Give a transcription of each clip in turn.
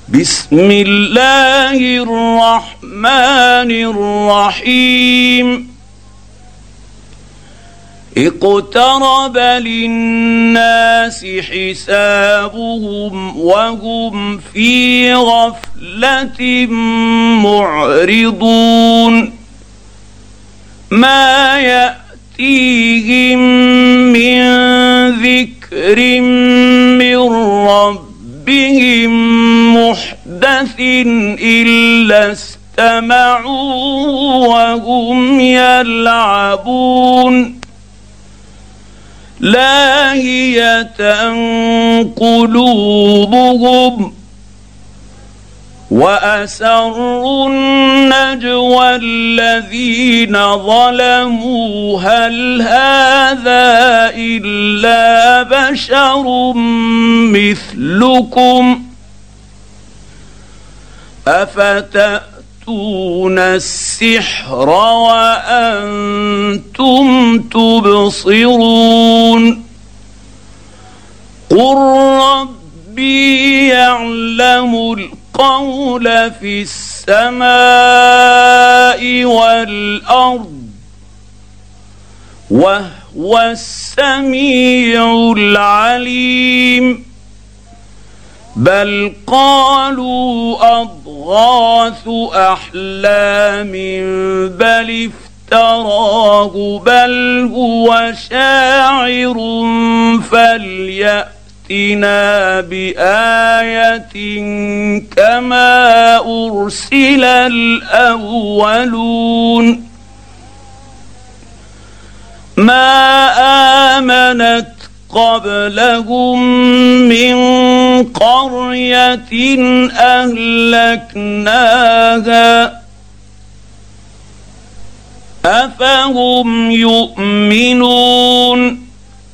بسم الله الرحمن الرحيم اقترب للناس حسابهم وهم في غفلة معرضون ما يأتيهم من ذكر من ربهم محدث إلا استمعوا وهم يلعبون لاهية قلوبهم وأسروا النجوى الذين ظلموا هل هذا إلا بشر مثلكم أفتأتون السحر وأنتم تبصرون قل ربي يعلم القول في السماء والأرض وهو السميع العليم بل قالوا أضغاث أحلام بل افتراه بل هو شاعر فليأتنا بآية كما أرسل الأولون ما آمنت قبلهم من قرية أهلكناها أفهم يؤمنون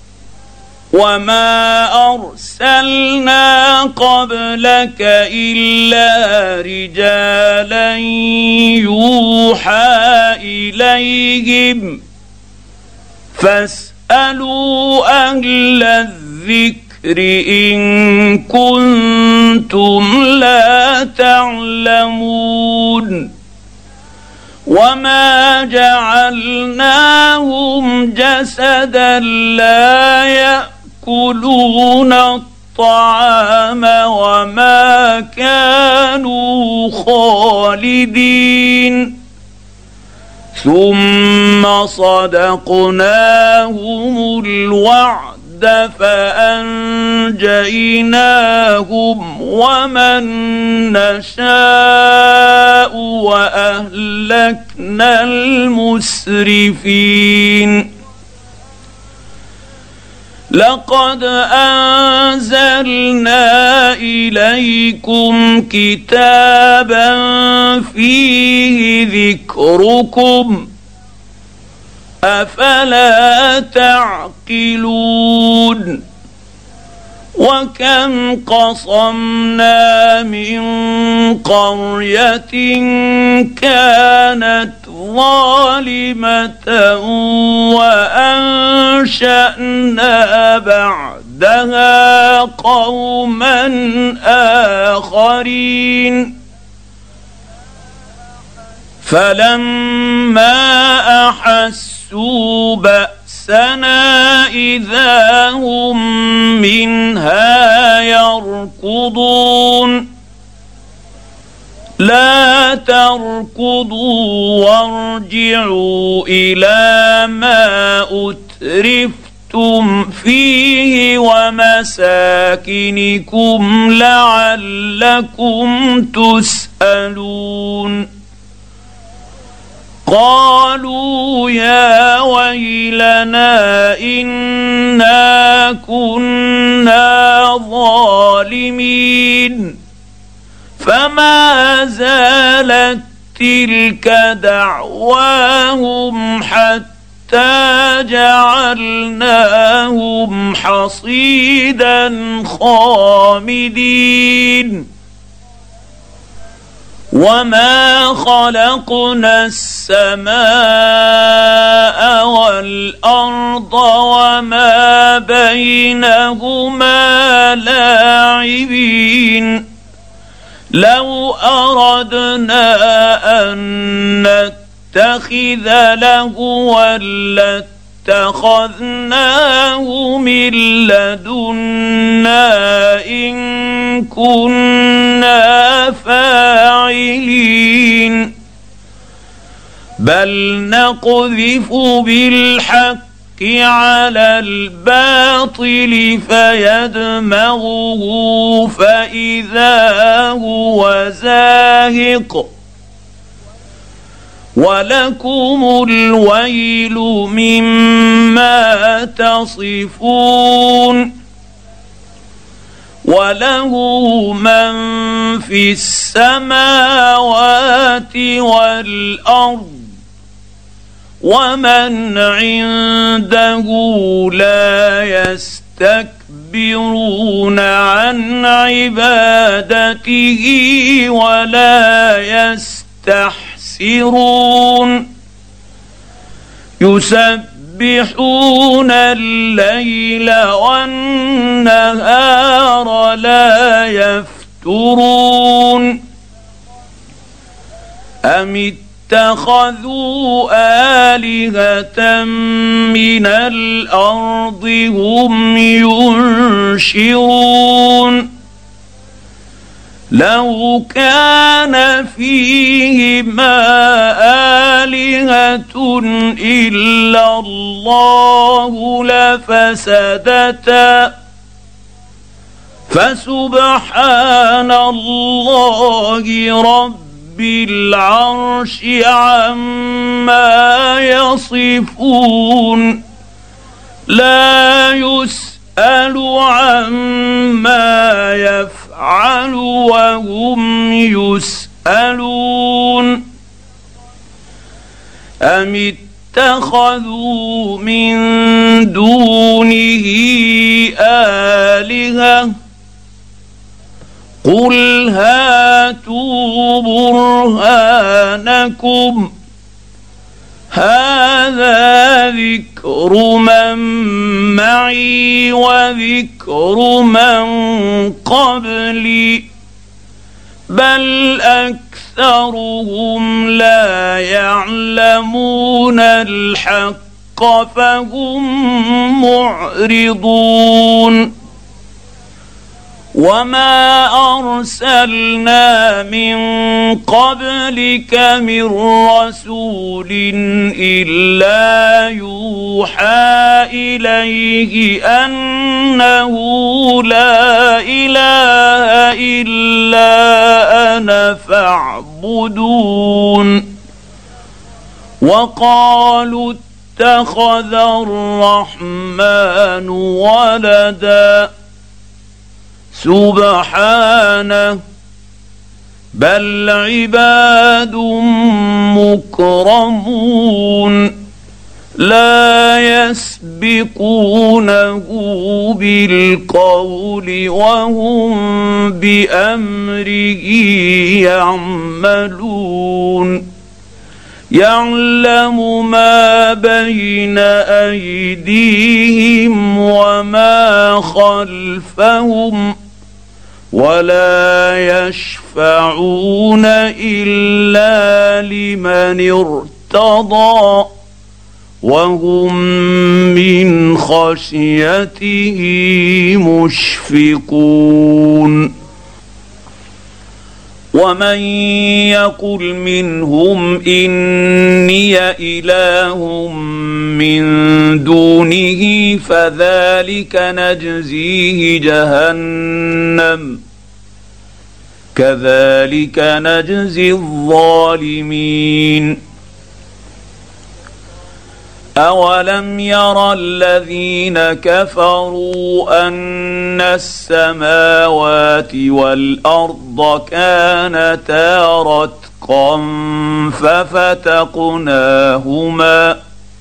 وما أرسلنا قبلك إلا رجالا يوحى إليهم فاسألوا أهل الذكر إن كنتم لا تعلمون وما جعلناهم جسدا لا يأكلون الطعام وما كانوا خالدين ثم صدقناهم الوعد فأنجيناهم ومن نشاء وأهلكنا المسرفين لقد أنزلنا إليكم كتابا فيه ذكركم أفلا تعقلون وكم قصمنا من قرية كانت ظالمة وأنشأنا بعدها قوما آخرين فلما أحسوا بأسنا إذا هم منها يركضون لا تركضوا وارجعوا إلى ما أترفتم فيه ومساكنكم لعلكم تسألون قالوا يا ويلنا إنا كنا ظالمين فما زالت تلك دعواهم حتى جعلناهم حصيدا خامدين وما خلقنا السماء والأرض وما بينهما لاعبين لو أردنا أن نتخذ لهوا لاتخذناه من لدنا إن كنا فاعلين بل نقذف بالحق على الباطل فيدمغه فإذا هو زاهق ولكم الويل مما تصفون وله من في السماوات والأرض ومن عنده لا يستكبرون عن عبادته ولا يستحسرون يسبحون الليل والنهار لا يفترون أم اتخذوا آلهة من الأرض هم ينشرون لو كان فيهما آلهة إلا الله لفسدتا فسبحان الله رب بالعرش عما يصفون لا يسأل عما يفعل وهم يسألون أم اتخذوا من دونه آلهة قل هاتوا برهانكم هذا ذكر من معي وذكر من قبلي بل أكثرهم لا يعلمون الحق فهم معرضون وما أرسلنا من قبلك من رسول إلا يوحى إليه أنه لا إله إلا أنا فاعبدون وقالوا اتخذ الرحمن ولدا سبحانه بل عباد مكرمون لا يسبقونه بالقول وهم بأمره يعملون يعلم ما بين أيديهم وما خلفهم ولا يشفعون إلا لمن ارتضى وهم من خشيته مشفقون ومن يقل منهم إني إله من دونه فذلك نجزيه جهنم كذلك نجزي الظالمين أولم ير الذين كفروا أن السماوات والأرض كانتا رتقا ففتقناهما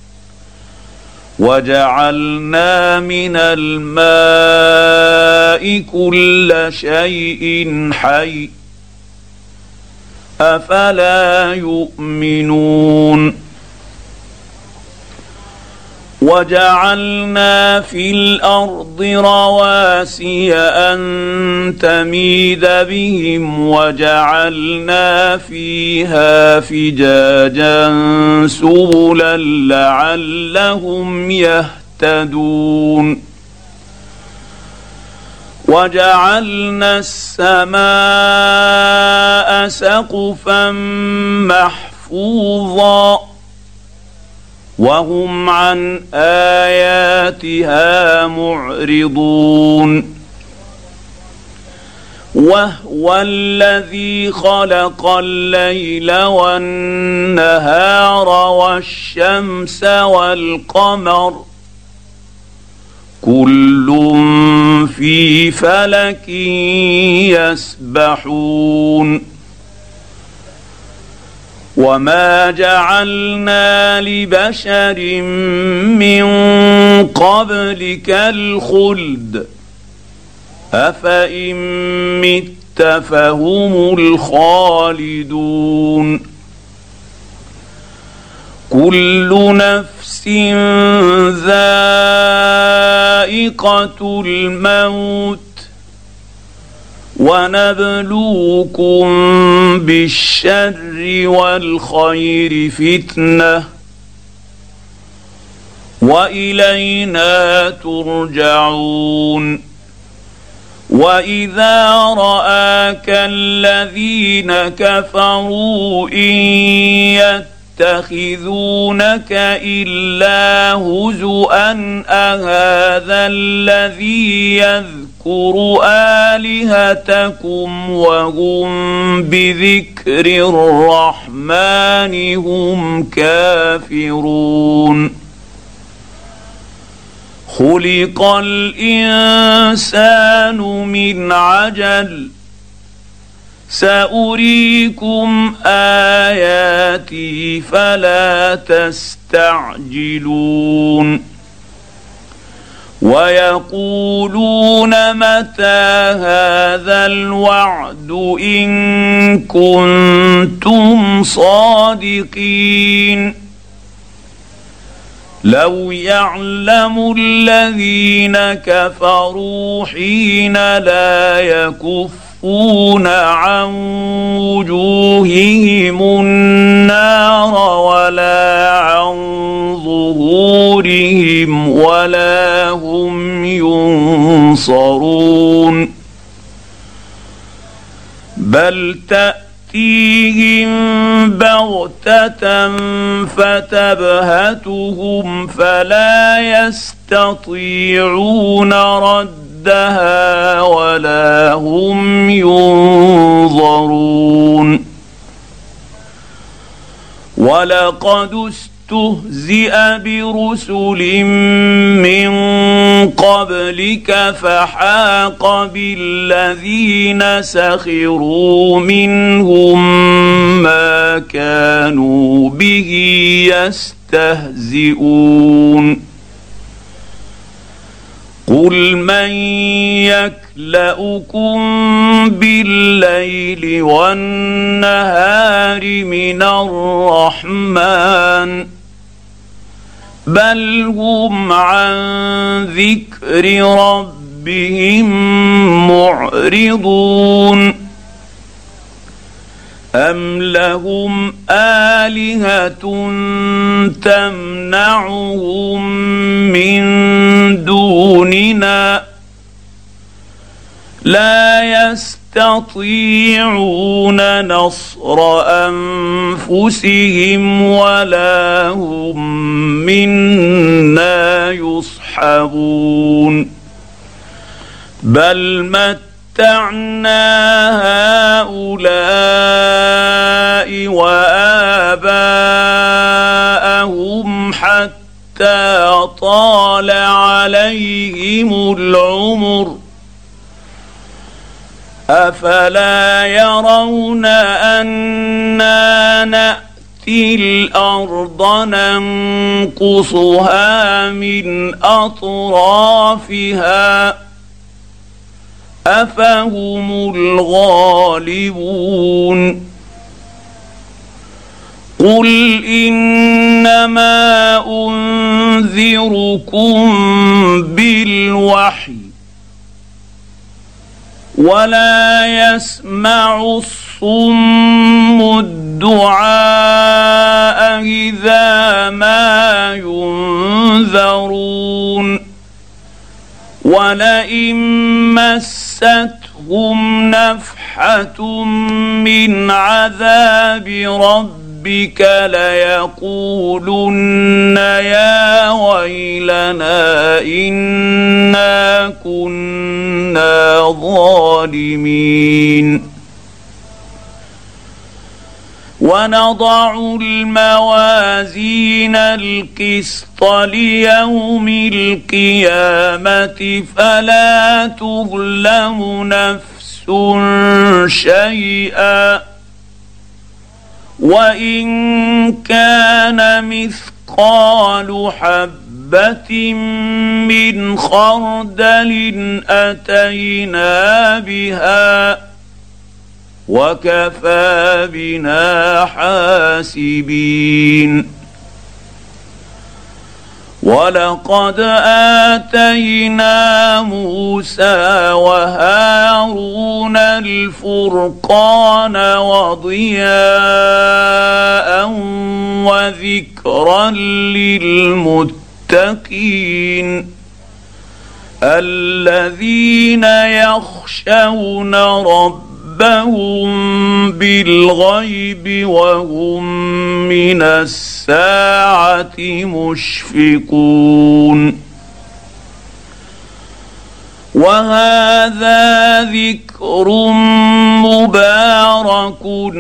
وجعلنا من الماء كل شيء حي أفلا يؤمنون وجعلنا في الارض رواسي ان تميد بهم وجعلنا فيها فجاجا سبلا لعلهم يهتدون وجعلنا السماء سقفا محفوظا وهم عن اياتها معرضون وهو الذي خلق الليل والنهار والشمس والقمر كل في فلك يسبحون وما جعلنا لبشر من قبلك الخلد أفإن مت فهم الخالدون كل نفس ذائقة الموت ونبلوكم بالشر والخير فتنة وإلينا ترجعون وإذا رآك الذين كفروا إن يتخذونك إلا هزؤا أهذا الذي يذكر آلهتكم وهم بذكر الرحمن هم كافرون خلق الإنسان من عجل سأريكم آياتي فلا تستعجلون ويقولون متى هذا الوعد إن كنتم صادقين لو يعلم الذين كفروا حين لا يكفون عن وجوههم النار ولا عن ظهورهم ولا هم ينصرون بل تأتيهم بغتة فتبهتهم فلا يستطيعون ردها ولا هم ينظرون ولقد استهزئ برسل من قبلك فحاق بالذين سخروا منهم ما كانوا به يستهزئون قل من يكلؤكم بالليل والنهار من الرحمن بل هم عن ذكر ربهم معرضون أم لهم آلهة تمنعهم من دوننا لا يستطيعون نصر أنفسهم ولا هم منا يصحبون بل متعنا هؤلاء وآباءهم حتى طال عليهم العمر أفلا يرون أنا نأتي الأرض ننقصها من أطرافها أفهم الغالبون قل انما انذركم بالوحي ولا يسمع الصم الدعاء اذا ما ينذرون ولئن مستهم نفحة من عذاب ربك ليقولن يا ويلنا إنا كنا ظالمين ونضع الموازين القسط ليوم القيامة فلا تظلم نفس شيئا وإن كان مثقال حبة من خردل أتينا بها وكفى بنا حاسبين ولقد آتينا موسى وهارون الفرقان وضياء وذكرا للمتقين الذين يخشون ربهم بالغيب وهم من الساعة مشفقون وهذا ذكر مبارك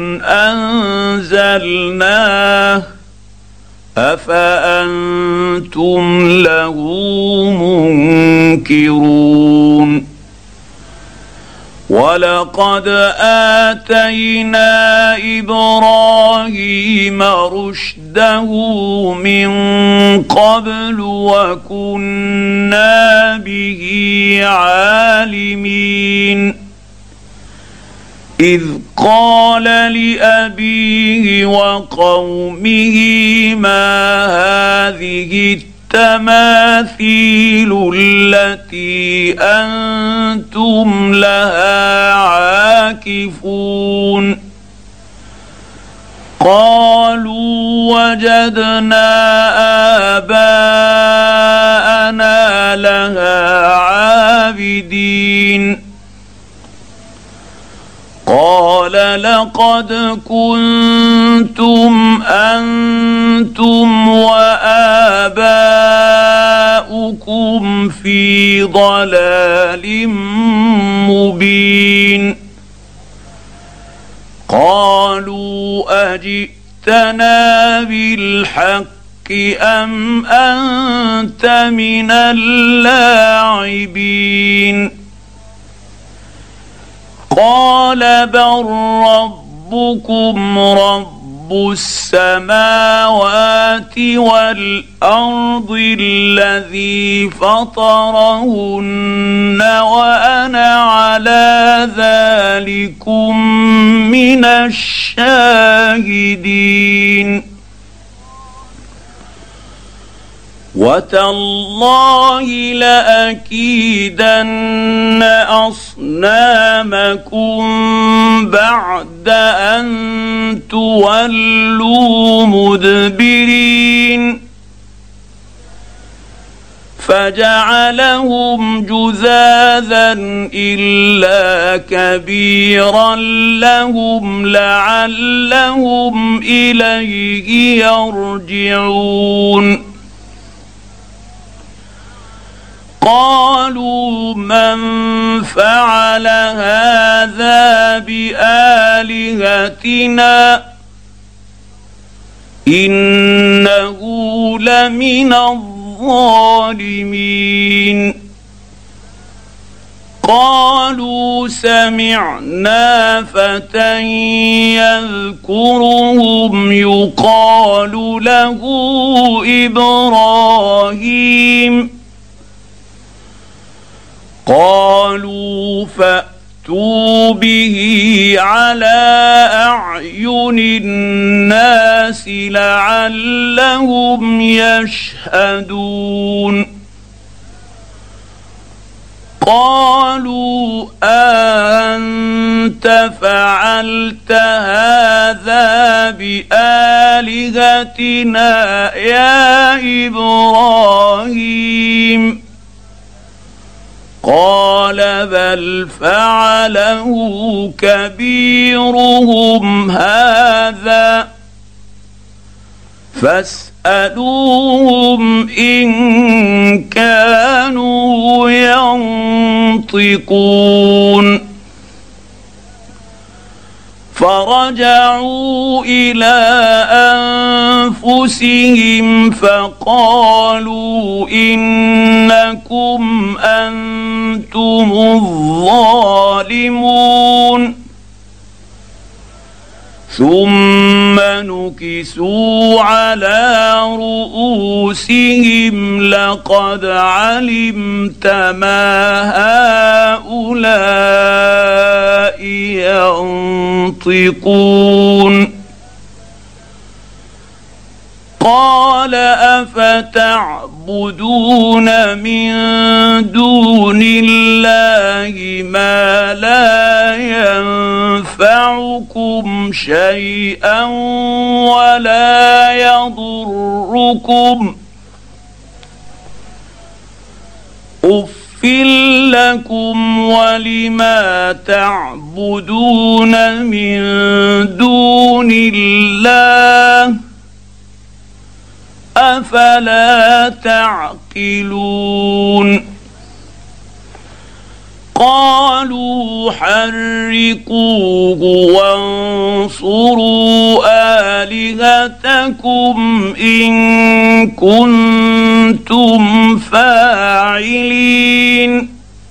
أنزلناه أفأنتم له منكرون ولقد آتينا إبراهيم رشده من قبل وكنا به عالمين إذ قال لأبيه وقومه ما هذه التماثيل التي أنتم لها عاكفون قالوا وجدنا آباءنا لها عابدين قال لقد كنتم أنتم وآباؤكم في ضلال مبين قالوا أجئتنا بالحق أم أنت من اللاعبين قال بل ربكم رب السماوات والأرض الذي فطرهن وأنا على ذلكم من الشاهدين وتالله لأكيدن أصنامكم بعد أن تولوا مدبرين فجعلهم جذاذا إلا كبيرا لهم لعلهم إليه يرجعون قالوا من فعل هذا بآلهتنا إنه لمن الظالمين قالوا سمعنا فتى يذكرهم يقال له إبراهيم قالوا فأتوا فاتوا به على اعين الناس لعلهم يشهدون قالوا أنت فعلت هذا بآلهتنا يا إبراهيم قال بل فعله كبيرهم هذا فاسألوهم إن كانوا ينطقون فرجعوا إلى أنفسهم فقالوا إنكم أنتم الظالمون ثم نكسوا على رؤوسهم لقد علمت ما هؤلاء ينطقون قال أفتعبدون من دون الله ما لا ينفعكم شيئا ولا يضركم أف لكم ولما تعبدون من دون الله أفلا تعقلون قالوا حرقوه وانصروا آلهتكم إن كنتم فاعلين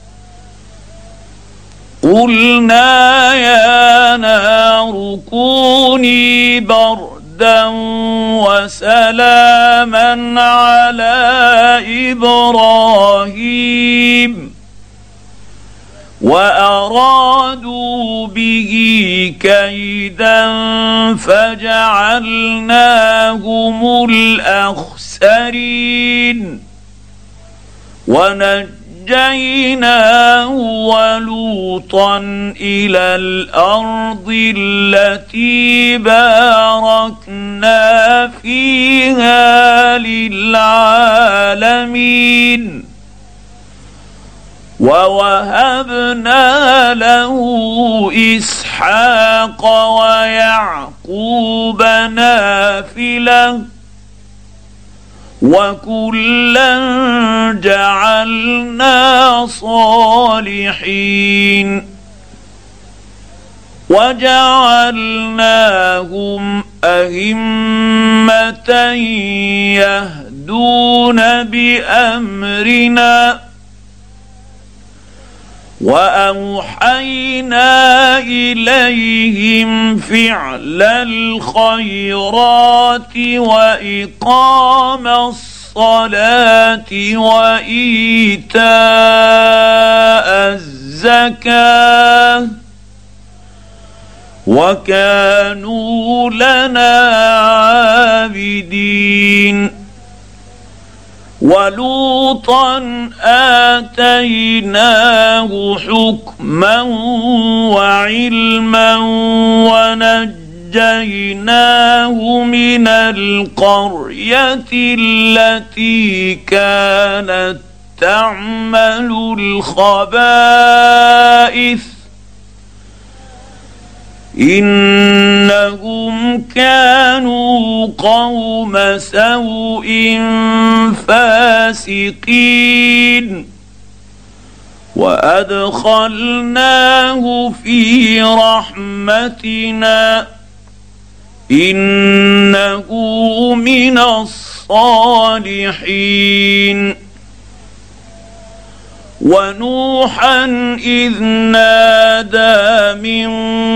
قلنا يا نار كوني بردا وسلاما على إبراهيم وأرادوا به كيدا فجعلناهم الأخسرين ونجيناه ولوطا إلى الأرض التي باركنا فيها للعالمين ووهبنا له إسحاق ويعقوب نافلة وكلا جعلنا صالحين وجعلناهم أئمة يهدون بأمرنا وأوحينا إليهم فعل الخيرات وإقام الصلاة وإيتاء الزكاة وكانوا لنا عابدين ولوطا آتيناه حكما وعلما ونجيناه من القرية التي كانت تعمل الخبائث إنهم كانوا قوم سوء فاسقين وأدخلناه في رحمتنا إنه من الصالحين ونوحا إذ نادى من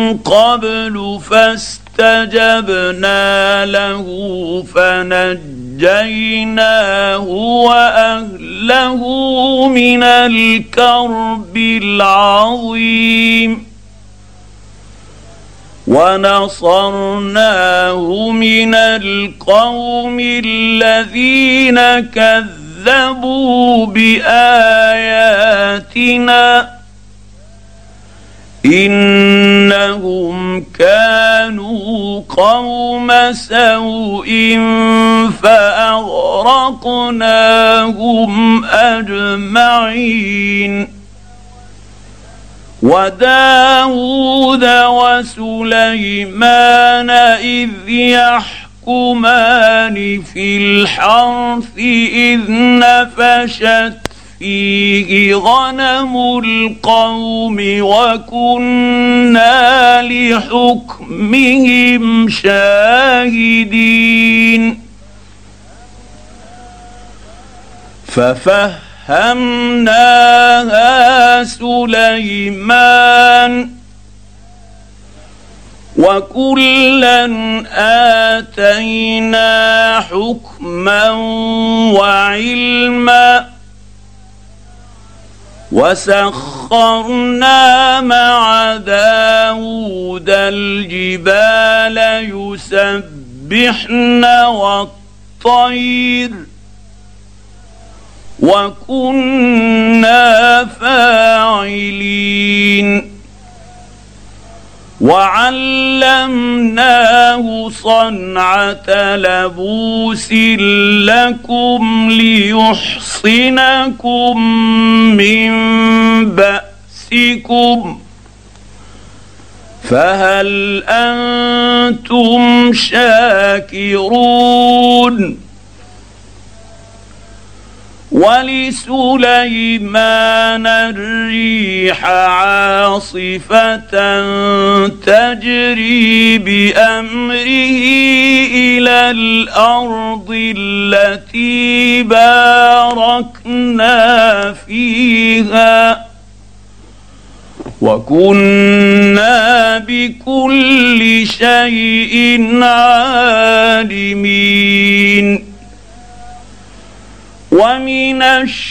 قبل فاستجبنا له فنجيناه فنجيناه واهله من الكرب العظيم ونصرناه من القوم الذين كذبوا باياتنا انهم كانوا قوم سوء فاغرقناهم اجمعين وداود وسليمان اذ يحكمان في الحرث اذ نفشت فيه غنم القوم وكنا لحكمهم شاهدين ففهمناها سليمان وكلا آتينا حكما وعلما وسخرنا مع داود الجبال يسبحن والطير وكنا فاعلين وعلمناه صنعة لبوس لكم ليحصنكم من بأسكم فهل أنتم شاكرون ولسليمان الريح عاصفة تجري بأمره إلى الأرض التي باركنا فيها وكنا بكل شيء عالمين ومن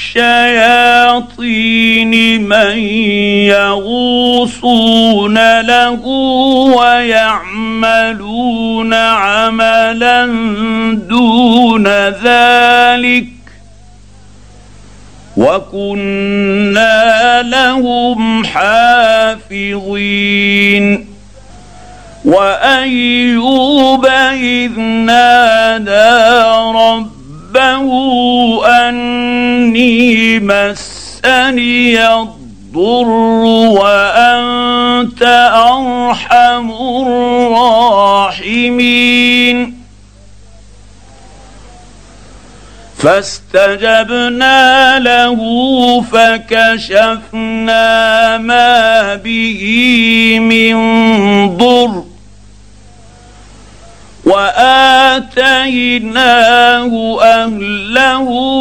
الشياطين من يغوصون له ويعملون عملا دون ذلك وكنا لهم حافظين وأيوب إذ نادى ربه أني مسني الضر وأنت أرحم الراحمين فاستجبنا له فكشفنا ما به من ضر وآتيناه أهله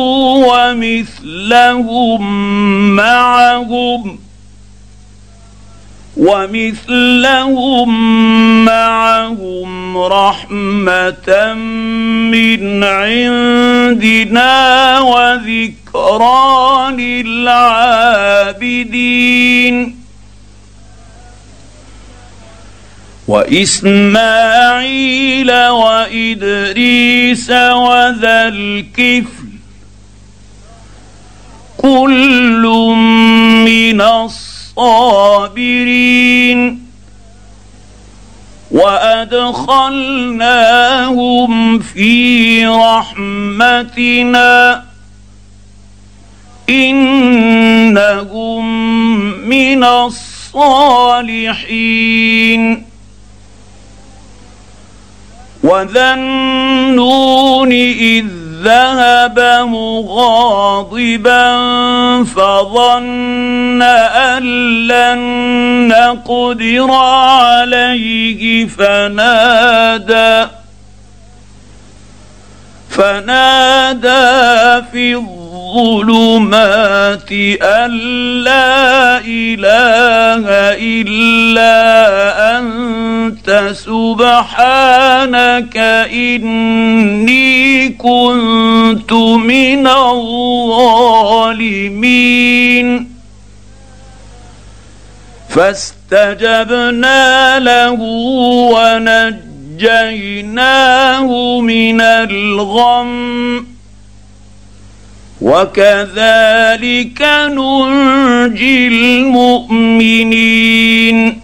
ومثلهم معهم رحمة من عندنا وذكرى للعابدين وإسماعيل وإدريس وذا الكفل كل من الصابرين وأدخلناهم في رحمتنا إنهم من الصالحين وذا النون إذ ذهب مغاضبا فظن أن لن نقدر عليه فنادى في الظلمات الظلمات أن لا إله إلا أنت سبحانك إني كنت من الظالمين فاستجبنا له ونجيناه من الغم وكذلك ننجي المؤمنين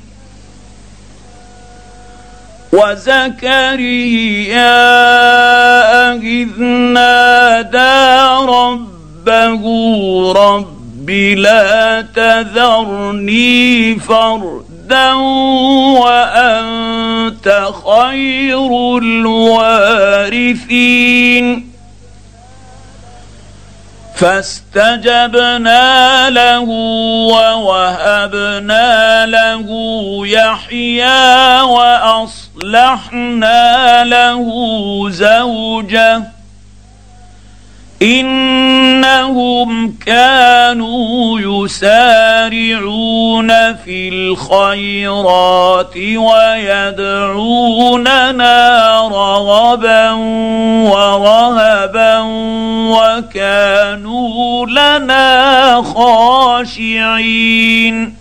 وزكريا إذ نادى ربه رب لا تذرني فردا وأنت خير الوارثين فاستجبنا له ووهبنا له يحيى وأصلحنا له زوجه إنهم كانوا يسارعون في الخيرات ويدعوننا رغبا ورهبا وكانوا لنا خاشعين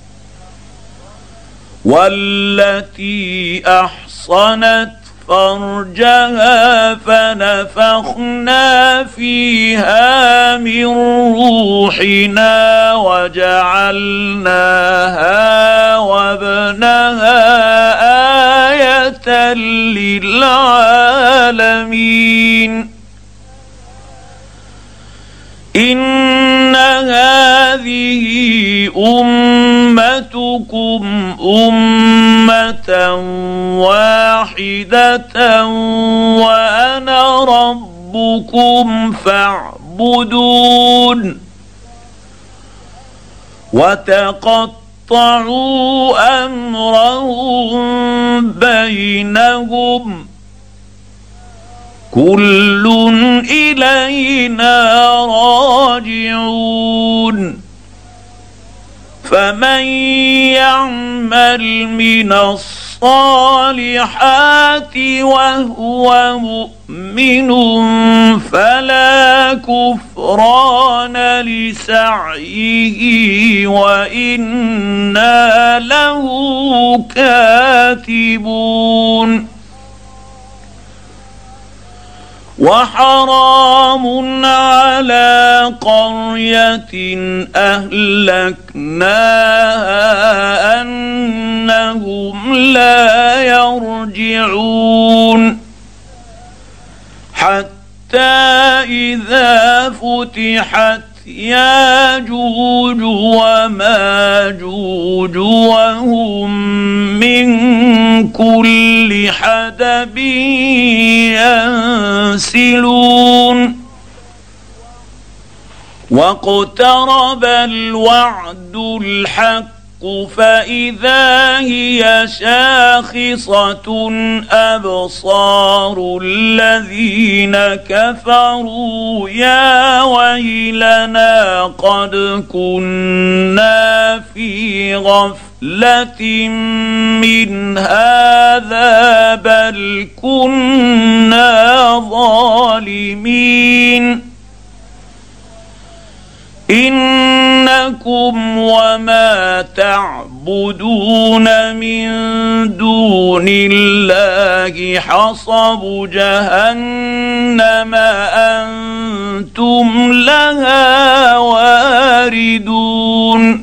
والتي أحصنت فرجها فنفخنا فيها من روحنا وجعلناها وابنها آية للعالمين إن هذه أمتكم أمة واحدة وأنا ربكم فاعبدون وتقطعوا أمرهم بينهم كل إلينا راجعون فمن يعمل من الصالحات وهو مؤمن فلا كفران لسعيه وإنا له كاتبون وحرام على قرية أهلكناها أنهم لا يرجعون حتى إذا فتحت ياجوج وماجوج وهم من كل حدب ينسلون واقترب الوعد الحق فإذا هي شاخصة أبصار الذين كفروا يا ويلنا قد كنا في غفلة من هذا بل كنا ظالمين إنكم وما تعبدون من دون الله حصب جهنم أنتم لها واردون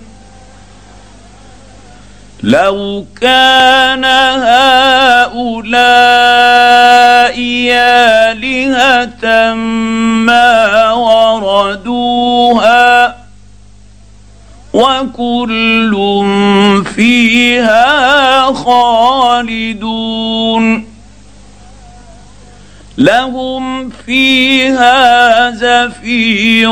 لو كان هؤلاء آلهة ما وردوها وكل فيها خالدون لهم فيها زفير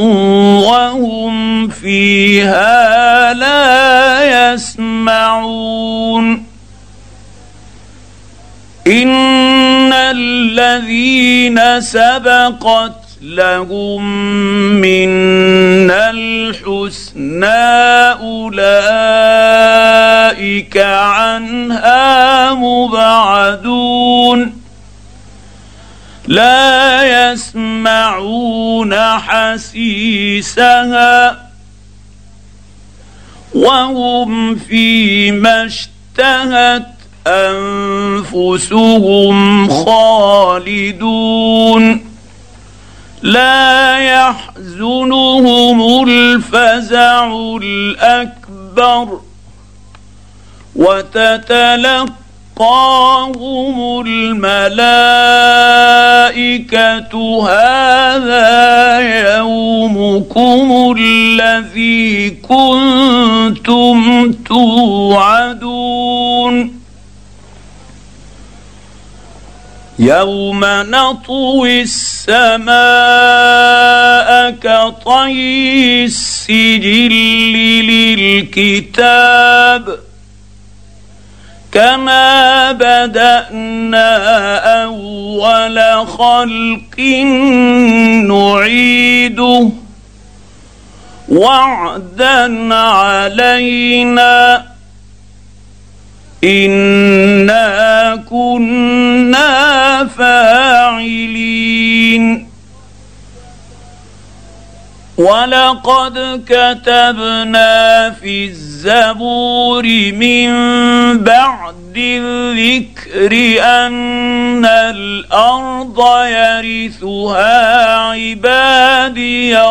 وهم فيها لا يسمعون إن الذين سبقت لهم منا الحسنى أولئك عنها مبعدون لا يسمعون حسيسها وهم فيما اشتهت أنفسهم خالدون لا يحزنهم الفزع الأكبر وتتلقاهم الملائكة هذا يومكم الذي كنتم توعدون يوم نطوي السماء كطي السجل للكتاب كما بدأنا أول خلق نعيده وعدا علينا إنا كنا فاعلين ولقد كتبنا في الزبور من بعد الذكر أن الأرض يرثها عبادي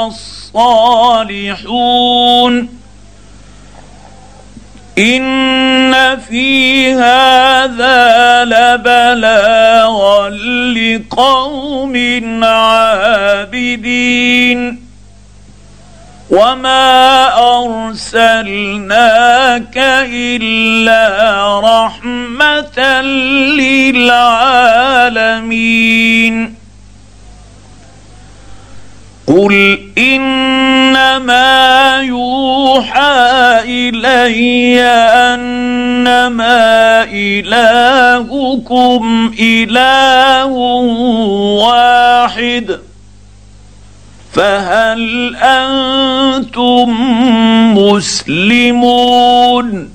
الصالحون إن في هذا لبلاغا لقوم عابدين وما أرسلناك إلا رحمة للعالمين قل إنما يوحى إلي أنما إلهكم إله واحد فهل أنتم مسلمون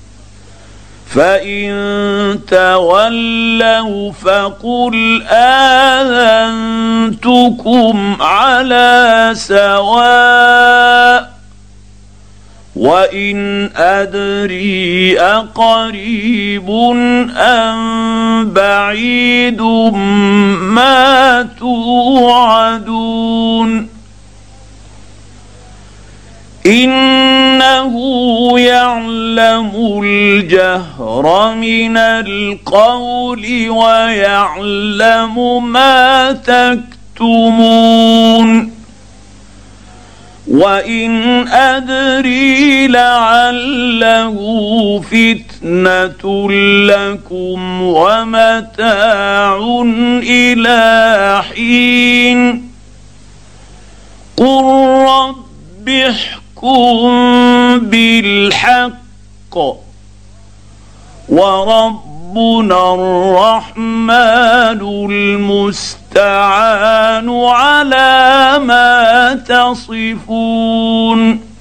فإن تولوا فقل آذنتكم على سواء وإن أدري أقريب أم بعيد ما توعدون إنه يعلم الجهر من القول ويعلم ما تكتمون وإن أدري لعله فتنة لكم ومتاع إلى حين قل رب احكم بالحق وربنا الرحمن المستعان على ما تصفون